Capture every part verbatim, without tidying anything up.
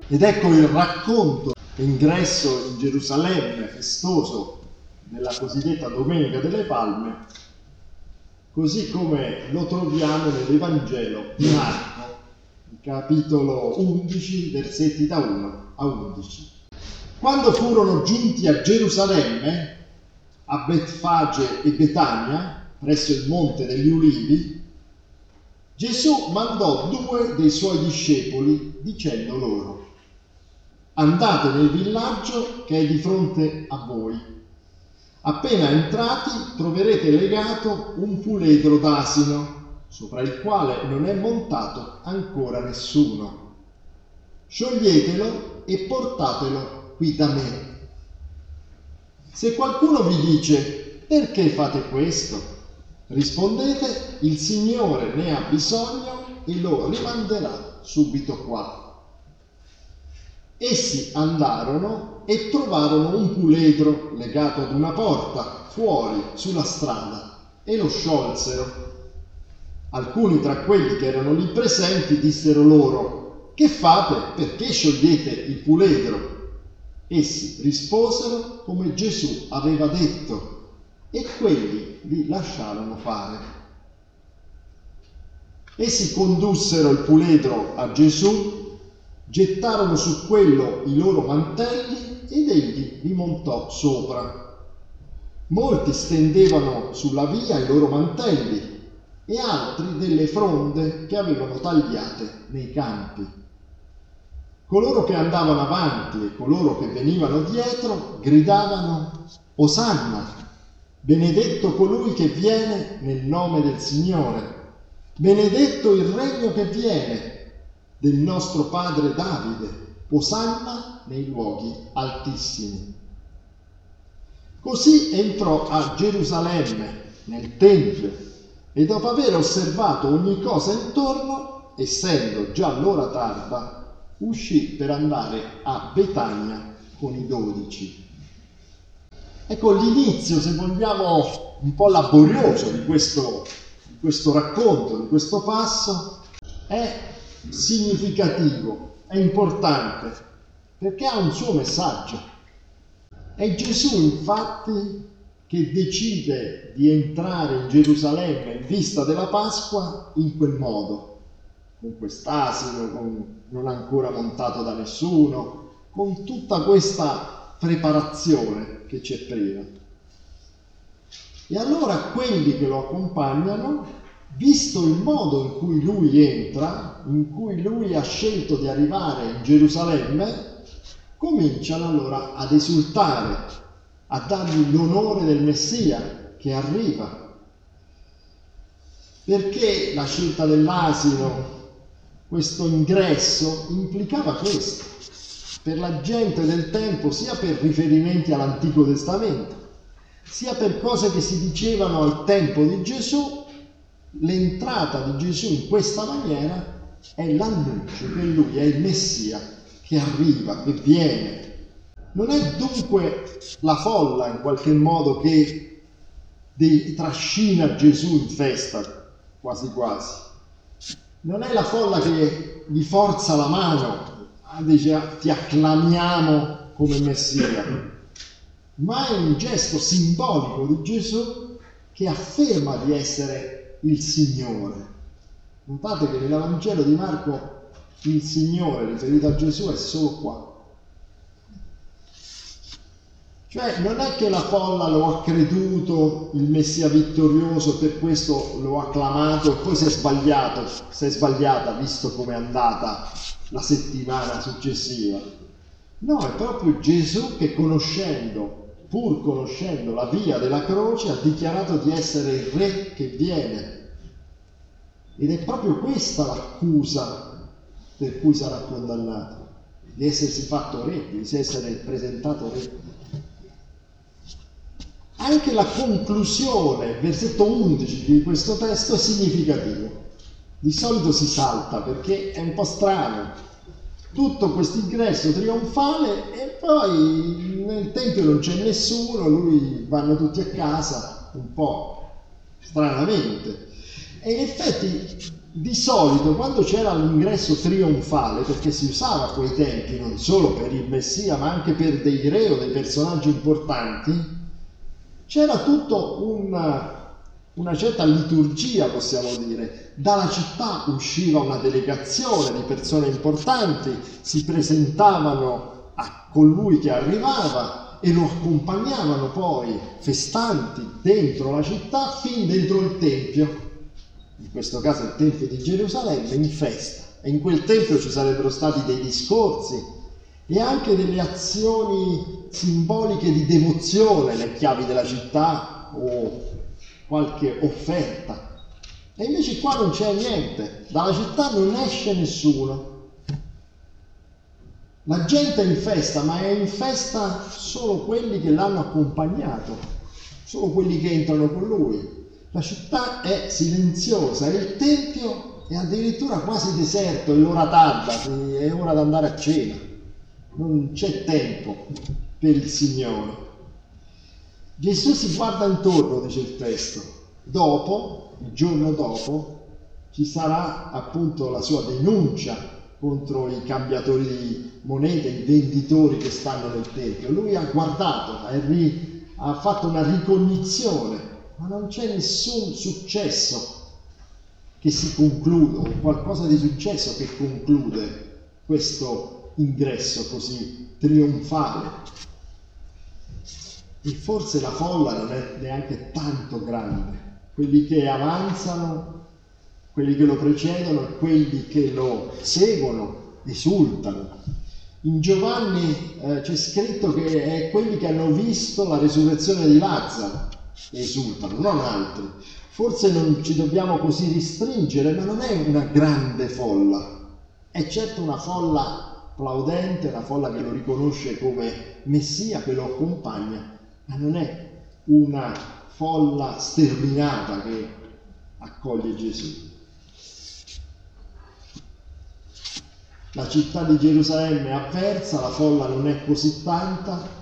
Ed ecco il racconto l'ingresso in Gerusalemme festoso nella cosiddetta Domenica delle Palme, così come lo troviamo nell'Evangelo di Marco, capitolo undici, versetti da uno a undici. Quando furono giunti a Gerusalemme, a Betfage e Betania, presso il Monte degli Ulivi, Gesù mandò due dei suoi discepoli dicendo loro: andate nel villaggio che è di fronte a voi. Appena entrati troverete legato un puledro d'asino, sopra il quale non è montato ancora nessuno. Scioglietelo e portatelo qui da me. Se qualcuno vi dice: perché fate questo? Rispondete: il Signore ne ha bisogno e lo rimanderà subito qua. Essi andarono e trovarono un puledro legato ad una porta fuori sulla strada e lo sciolsero. Alcuni tra quelli che erano lì presenti dissero loro: che fate? Perché sciogliete il puledro? Essi risposero come Gesù aveva detto e quelli li lasciarono fare. Essi condussero il puledro a Gesù, gettarono su quello i loro mantelli ed egli vi montò sopra. Molti stendevano sulla via i loro mantelli e altri delle fronde che avevano tagliate nei campi. Coloro che andavano avanti e coloro che venivano dietro gridavano: Osanna, benedetto colui che viene nel nome del Signore, benedetto il regno che viene del nostro padre Davide, Osanna nei luoghi altissimi. Così entrò a Gerusalemme, nel Tempio, e dopo aver osservato ogni cosa intorno, essendo già l'ora tarda, uscì per andare a Betania con i dodici. Ecco l'inizio, se vogliamo, un po' laborioso di questo, di questo racconto, di questo passo, è significativo, è importante, perché ha un suo messaggio. È Gesù, infatti, che decide di entrare in Gerusalemme in vista della Pasqua in quel modo, con quest'asino, con non ancora montato da nessuno, con tutta questa preparazione che c'è prima. E allora quelli che lo accompagnano, visto il modo in cui lui entra, in cui lui ha scelto di arrivare in Gerusalemme, cominciano allora ad esultare, a dargli l'onore del Messia che arriva. Perché la scelta dell'asino, questo ingresso, implicava questo, per la gente del tempo, sia per riferimenti all'Antico Testamento, sia per cose che si dicevano al tempo di Gesù. L'entrata di Gesù in questa maniera è l'annuncio che lui è il Messia che arriva, che viene. Non è dunque la folla in qualche modo che trascina Gesù in festa, quasi quasi. Non è la folla che gli forza la mano, dice ti acclamiamo come Messia, ma è un gesto simbolico di Gesù che afferma di essere il Signore. Notate che nell'Evangelo di Marco il Signore riferito a Gesù è solo qua. Cioè non è che la folla lo ha creduto il Messia vittorioso, per questo lo ha acclamato e poi si è sbagliato, si è sbagliata visto come è andata la settimana successiva. No, è proprio Gesù che conoscendo, pur conoscendo la via della croce, ha dichiarato di essere il Re che viene. Ed è proprio questa l'accusa per cui sarà condannato, di essersi fatto Re, di essere presentato Re. Anche la conclusione, versetto undici di questo testo, è significativo. Di solito si salta perché è un po' strano. Tutto questo ingresso trionfale e poi nel tempio non c'è nessuno, lui vanno tutti a casa, un po' stranamente. E in effetti Di solito quando c'era l'ingresso trionfale, perché si usava a quei tempi non solo per il Messia ma anche per dei re o dei personaggi importanti, c'era tutto una, una certa liturgia, possiamo dire. Dalla città usciva una delegazione di persone importanti, si presentavano a colui che arrivava e lo accompagnavano poi festanti dentro la città fin dentro il Tempio. In questo caso il Tempio di Gerusalemme, in festa, e in quel Tempio ci sarebbero stati dei discorsi e anche delle azioni simboliche di devozione, le chiavi della città o qualche offerta. E invece qua non c'è niente, dalla città non esce nessuno. La gente è in festa, ma è in festa solo quelli che l'hanno accompagnato, solo quelli che entrano con lui. La città è silenziosa e il Tempio è addirittura quasi deserto, è l'ora tarda, è ora di andare a cena. Non c'è tempo per il Signore. Gesù si guarda intorno, dice il testo. Dopo, il giorno dopo, ci sarà appunto la sua denuncia contro i cambiatori di monete, i venditori che stanno nel Tempio. Lui ha guardato, ha, ri, ha fatto una ricognizione. Ma non c'è nessun successo che si conclude, o qualcosa di successo che conclude questo ingresso così trionfale. E forse la folla non è neanche tanto grande. Quelli che avanzano, quelli che lo precedono e quelli che lo seguono esultano. In Giovanni eh, c'è scritto che è quelli che hanno visto la resurrezione di Lazzaro esultano, non altri. Forse non ci dobbiamo così restringere, ma non è una grande folla. È certo una folla applaudente, una folla che lo riconosce come Messia, che lo accompagna, ma non è una folla sterminata che accoglie Gesù. La città di Gerusalemme è avversa, la folla non è così tanta,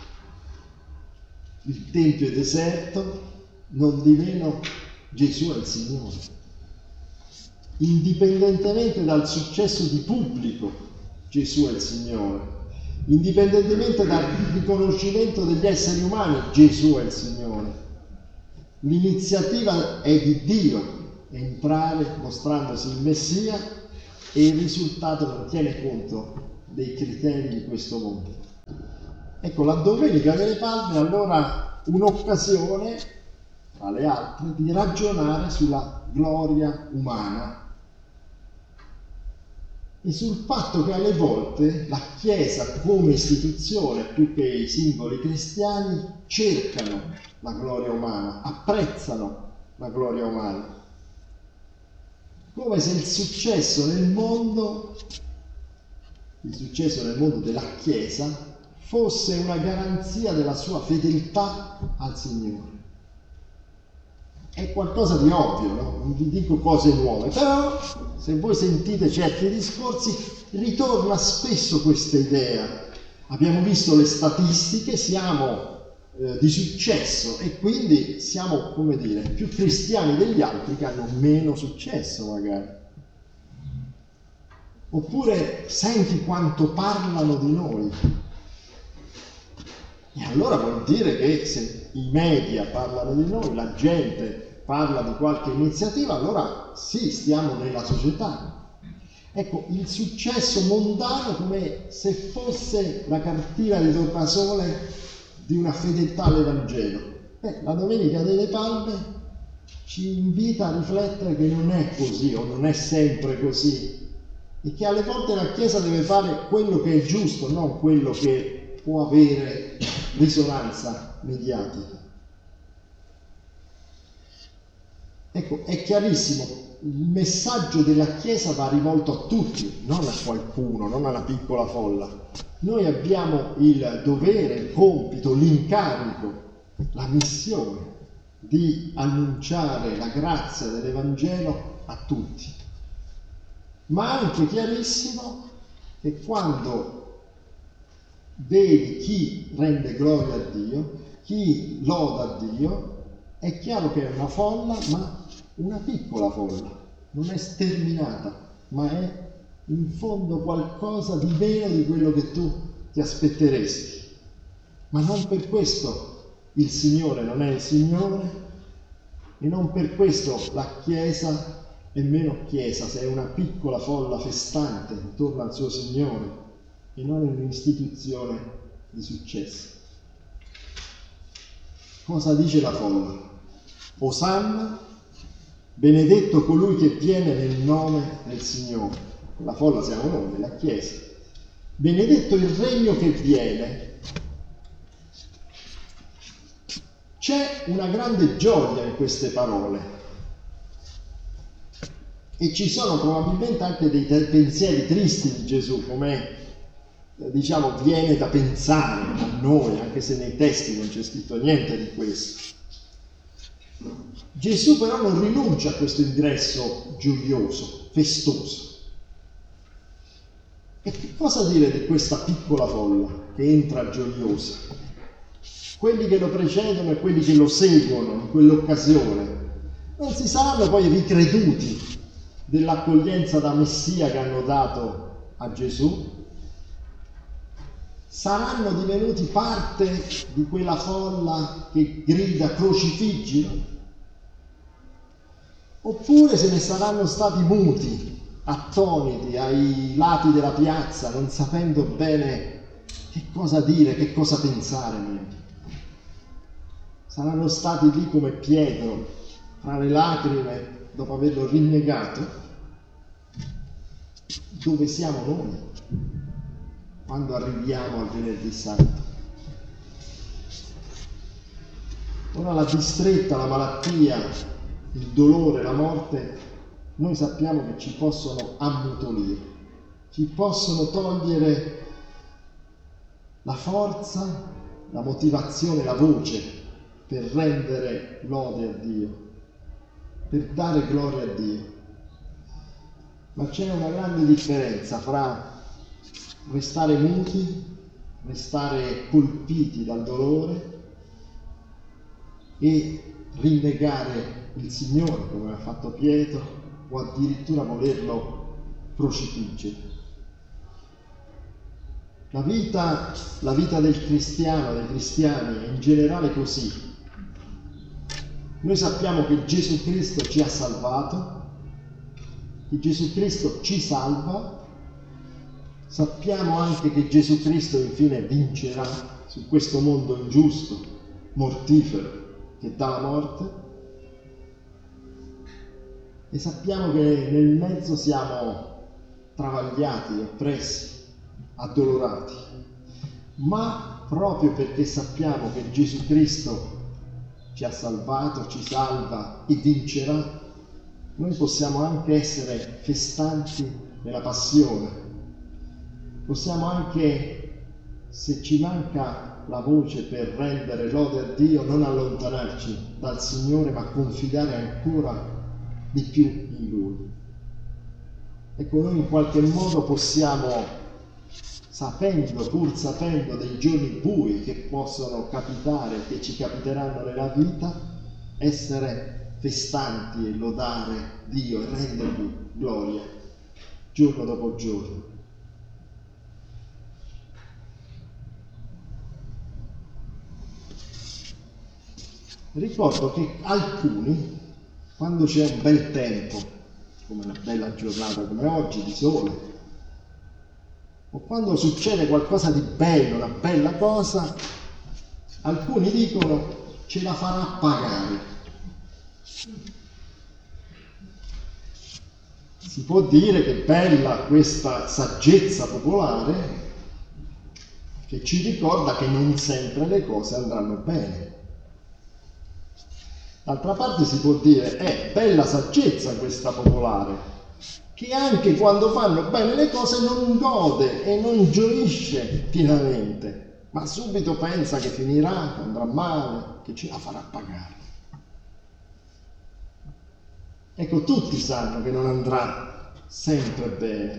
il Tempio è deserto, non di meno Gesù è il Signore. Indipendentemente dal successo di pubblico, Gesù è il Signore. Indipendentemente dal riconoscimento degli esseri umani, Gesù è il Signore. L'iniziativa è di Dio, entrare mostrandosi il Messia, e il risultato non tiene conto dei criteri di questo mondo. Ecco, la Domenica delle Palme allora un'occasione, tra le altre, di ragionare sulla gloria umana e sul fatto che alle volte la Chiesa come istituzione, più che i singoli cristiani, cercano la gloria umana, apprezzano la gloria umana, come se il successo nel mondo, il successo nel mondo della Chiesa, fosse una garanzia della sua fedeltà al Signore. È qualcosa di ovvio, no? Non vi dico cose nuove, però se voi sentite certi discorsi ritorna spesso questa idea. Abbiamo visto le statistiche, siamo eh, di successo e quindi siamo, come dire, più cristiani degli altri che hanno meno successo magari. Oppure senti quanto parlano di noi. E allora vuol dire che se i media parlano di noi, la gente parla di qualche iniziativa, allora sì, stiamo nella società. Ecco, il successo mondano come se fosse la cartina di tornasole di una fedeltà all'Evangelo. Beh, la Domenica delle Palme ci invita a riflettere che non è così o non è sempre così e che alle volte la Chiesa deve fare quello che è giusto, non quello che può avere risonanza mediatica. Ecco, è chiarissimo, il messaggio della Chiesa va rivolto a tutti, non a qualcuno, non a una piccola folla. Noi abbiamo il dovere, il compito, l'incarico, la missione di annunciare la grazia dell'Evangelo a tutti. Ma anche chiarissimo che quando vedi chi rende gloria a Dio, chi loda a Dio, è chiaro che è una folla, ma una piccola folla. non è sterminata, ma è in fondo qualcosa di meno di quello che tu ti aspetteresti. Ma non per questo il Signore non è il Signore e non per questo la Chiesa è meno Chiesa, se è una piccola folla festante intorno al suo Signore e non un'istituzione di successo. Cosa dice la folla? Osanna, benedetto colui che viene nel nome del Signore. La folla siamo noi, la Chiesa. Benedetto il regno che viene. C'è una grande gioia in queste parole e ci sono probabilmente anche dei pensieri tristi di Gesù, come diciamo viene da pensare a noi, anche se nei testi non c'è scritto niente di questo. Gesù però non rinuncia a questo ingresso gioioso, festoso. E che cosa dire di questa piccola folla che entra gioiosa? Quelli che lo precedono e quelli che lo seguono in quell'occasione non si saranno poi ricreduti dell'accoglienza da Messia che hanno dato a Gesù? Saranno divenuti parte di quella folla che grida crocifiggilo? Oppure se ne saranno stati muti, attoniti ai lati della piazza, non sapendo bene che cosa dire, che cosa pensare meglio? Saranno stati lì come Pietro, fra le lacrime, dopo averlo rinnegato? Dove siamo noi quando arriviamo al venerdì santo? Ora la distretta, la malattia, il dolore, la morte, noi sappiamo che ci possono ammutolire, ci possono togliere la forza, la motivazione, la voce per rendere lode a Dio, per dare gloria a Dio. Ma c'è una grande differenza fra restare muti, restare colpiti dal dolore e rinnegare il Signore, come ha fatto Pietro, o addirittura volerlo crocifiggere. La vita, la vita del cristiano, dei cristiani, è in generale così. Noi sappiamo che Gesù Cristo ci ha salvato, che Gesù Cristo ci salva, sappiamo anche che Gesù Cristo infine vincerà su questo mondo ingiusto, mortifero, che dà la morte, e sappiamo che nel mezzo siamo travagliati, oppressi, addolorati, ma proprio perché sappiamo che Gesù Cristo ci ha salvato, ci salva e vincerà, noi possiamo anche essere festanti nella passione. Possiamo anche, se ci manca la voce per rendere lode a Dio, non allontanarci dal Signore, ma confidare ancora di più in Lui. Ecco, noi in qualche modo possiamo, sapendo, pur sapendo dei giorni bui che possono capitare, che ci capiteranno nella vita, essere festanti e lodare Dio e rendergli gloria giorno dopo giorno. Ricordo che alcuni, quando c'è un bel tempo, come una bella giornata come oggi di sole, o quando succede qualcosa di bello, una bella cosa, alcuni dicono ce la farà pagare. Si può dire che è bella questa saggezza popolare che ci ricorda che non sempre le cose andranno bene. D'altra parte si può dire è bella saggezza questa popolare, che anche quando fanno bene le cose non gode e non gioisce pienamente, ma subito pensa che finirà, che andrà male, che ce la farà pagare. Ecco, tutti sanno che non andrà sempre bene,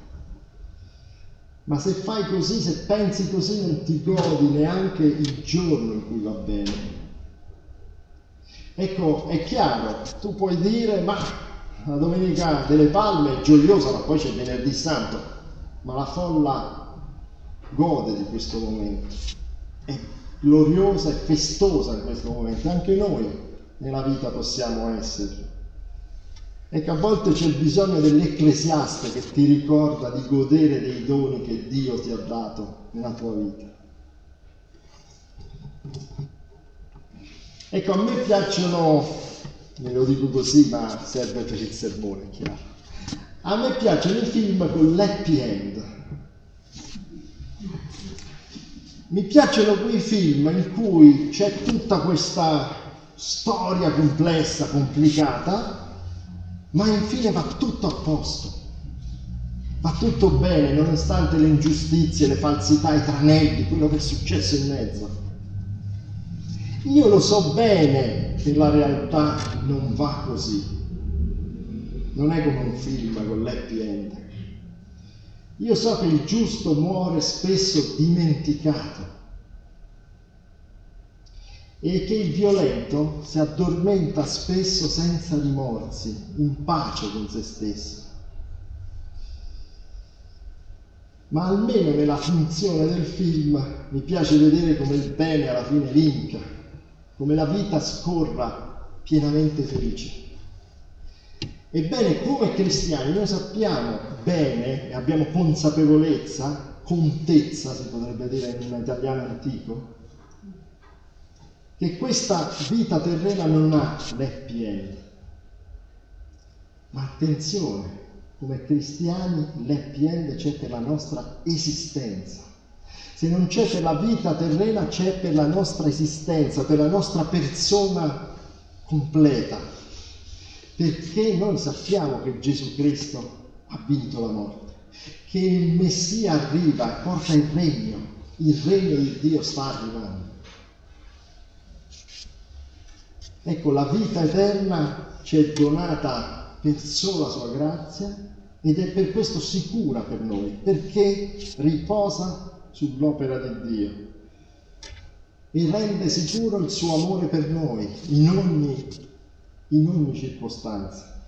ma se fai così, se pensi così, non ti godi neanche il giorno in cui va bene. Ecco, è chiaro, tu puoi dire, ma La Domenica delle Palme è gioiosa, ma poi c'è Venerdì Santo, ma la folla gode di questo momento, è gloriosa e festosa in questo momento, anche noi nella vita possiamo essere. Ecco, a volte c'è bisogno dell'ecclesiaste che ti ricorda di godere dei doni che Dio ti ha dato nella tua vita. Ecco, a me piacciono, me lo dico così, ma serve per il sermone, è chiaro. A me piacciono i film con l'happy end. Mi piacciono quei film in cui c'è tutta questa storia complessa, complicata, ma infine va tutto a posto. Va tutto bene, nonostante le ingiustizie, le falsità, i tranelli, quello che è successo in mezzo. Io lo so bene che la realtà non va così. Non è come un film con l'happy end. Io so che il giusto muore spesso dimenticato e che il violento si addormenta spesso senza rimorsi, in pace con se stesso. Ma almeno nella funzione del film mi piace vedere come il bene alla fine vinca, come la vita scorra pienamente felice. Ebbene, come cristiani noi sappiamo bene e abbiamo consapevolezza, contezza si potrebbe dire in un italiano antico, che questa vita terrena non ha l'happy end. Ma attenzione, come cristiani l'happy end c'è per la nostra esistenza. Se non c'è per la vita terrena, c'è per la nostra esistenza, per la nostra persona completa. Perché noi sappiamo che Gesù Cristo ha vinto la morte, che il Messia arriva e porta il regno, il regno di Dio sta arrivando. Ecco, la vita eterna ci è donata per sola sua grazia ed è per questo sicura per noi, perché riposa sull'opera di Dio e rende sicuro il suo amore per noi in ogni in ogni circostanza.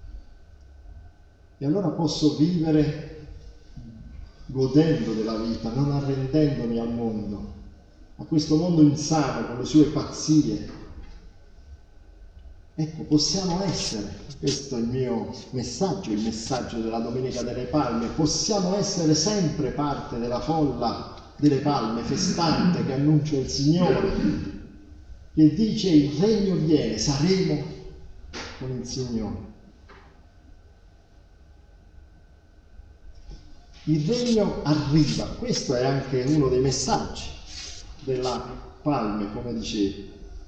E allora posso vivere godendo della vita, non arrendendomi al mondo, a questo mondo insano con le sue pazzie. Ecco, possiamo essere, questo è il mio messaggio, il messaggio della Domenica delle Palme, possiamo essere sempre parte della folla delle palme festante che annuncia il Signore, che dice il regno viene, saremo con il Signore. Il regno arriva, questo è anche uno dei messaggi della Palme, come dicevo.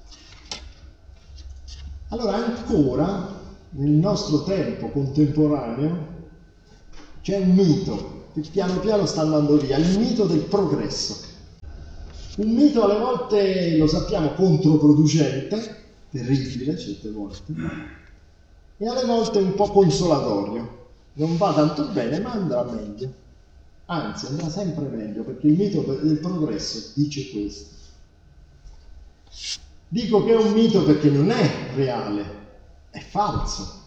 Allora ancora nel nostro tempo contemporaneo c'è un mito che piano piano sta andando via, il mito del progresso. Un mito alle volte, lo sappiamo, controproducente, terribile certe volte, e alle volte un po' consolatorio. Non va tanto bene, ma andrà meglio. Anzi, andrà sempre meglio, perché il mito del progresso dice questo. Dico che è un mito perché non è reale, è falso.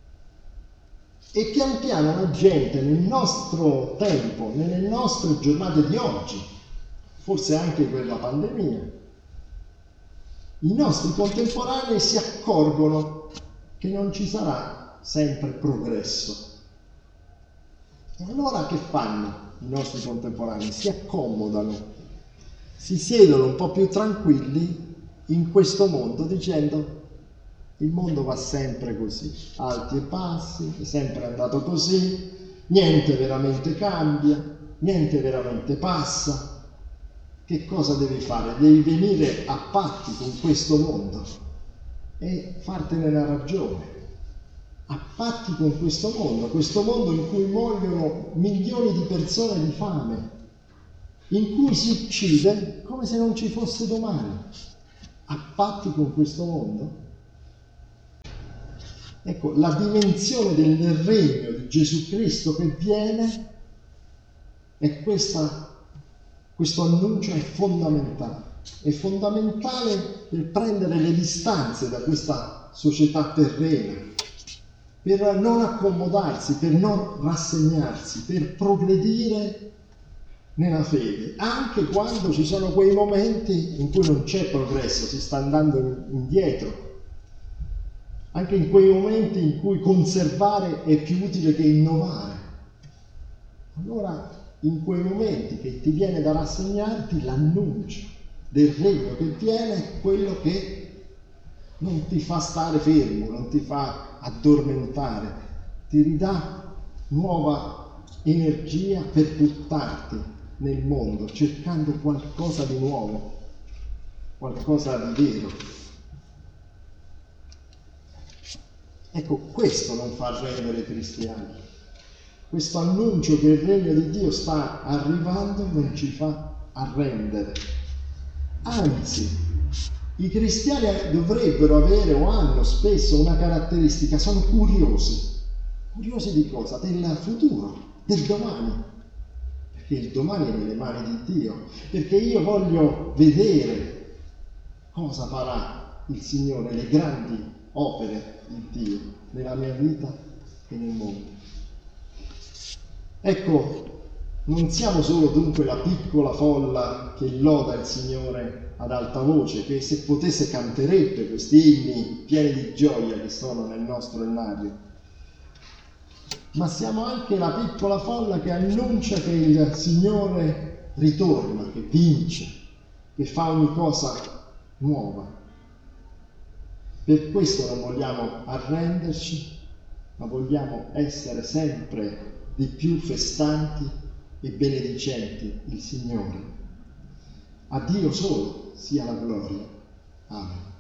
E pian piano la gente nel nostro tempo, nelle nostre giornate di oggi, forse anche per la pandemia, i nostri contemporanei si accorgono che non ci sarà sempre progresso. E allora che fanno i nostri contemporanei? Si accomodano, si siedono un po' più tranquilli in questo mondo dicendo il mondo va sempre così, alti e bassi, è sempre andato così, niente veramente cambia, niente veramente passa. Che cosa devi fare? Devi venire a patti con questo mondo e fartene la ragione. A patti con questo mondo, questo mondo in cui muoiono milioni di persone di fame, in cui si uccide come se non ci fosse domani. A patti con questo mondo? Ecco, la dimensione del regno di Gesù Cristo che viene è questa. Questo annuncio è fondamentale, è fondamentale per prendere le distanze da questa società terrena per non accomodarsi, per non rassegnarsi, per progredire nella fede, anche quando ci sono quei momenti in cui non c'è progresso, si sta andando indietro, anche in quei momenti in cui conservare è più utile che innovare. Allora, in quei momenti che ti viene da rassegnarti, l'annuncio del regno che viene è quello che non ti fa stare fermo, non ti fa addormentare, ti ridà nuova energia per buttarti nel mondo, cercando qualcosa di nuovo, qualcosa di vero. Ecco, questo non fa arrendere i cristiani. Questo annuncio che il regno di Dio sta arrivando non ci fa arrendere. Anzi, i cristiani dovrebbero avere o hanno spesso una caratteristica, sono curiosi. Curiosi di cosa? Del futuro, del domani. Perché il domani è nelle mani di Dio. Perché io voglio vedere cosa farà il Signore, le grandi opere di Dio nella mia vita e nel mondo. Ecco, non siamo solo dunque la piccola folla che loda il Signore ad alta voce, che se potesse canterebbe questi inni pieni di gioia che sono nel nostro innario, ma siamo anche la piccola folla che annuncia che il Signore ritorna, che vince, che fa ogni cosa nuova. Per questo non vogliamo arrenderci, ma vogliamo essere sempre di più festanti e benedicenti il Signore. A Dio solo sia la gloria. Amen.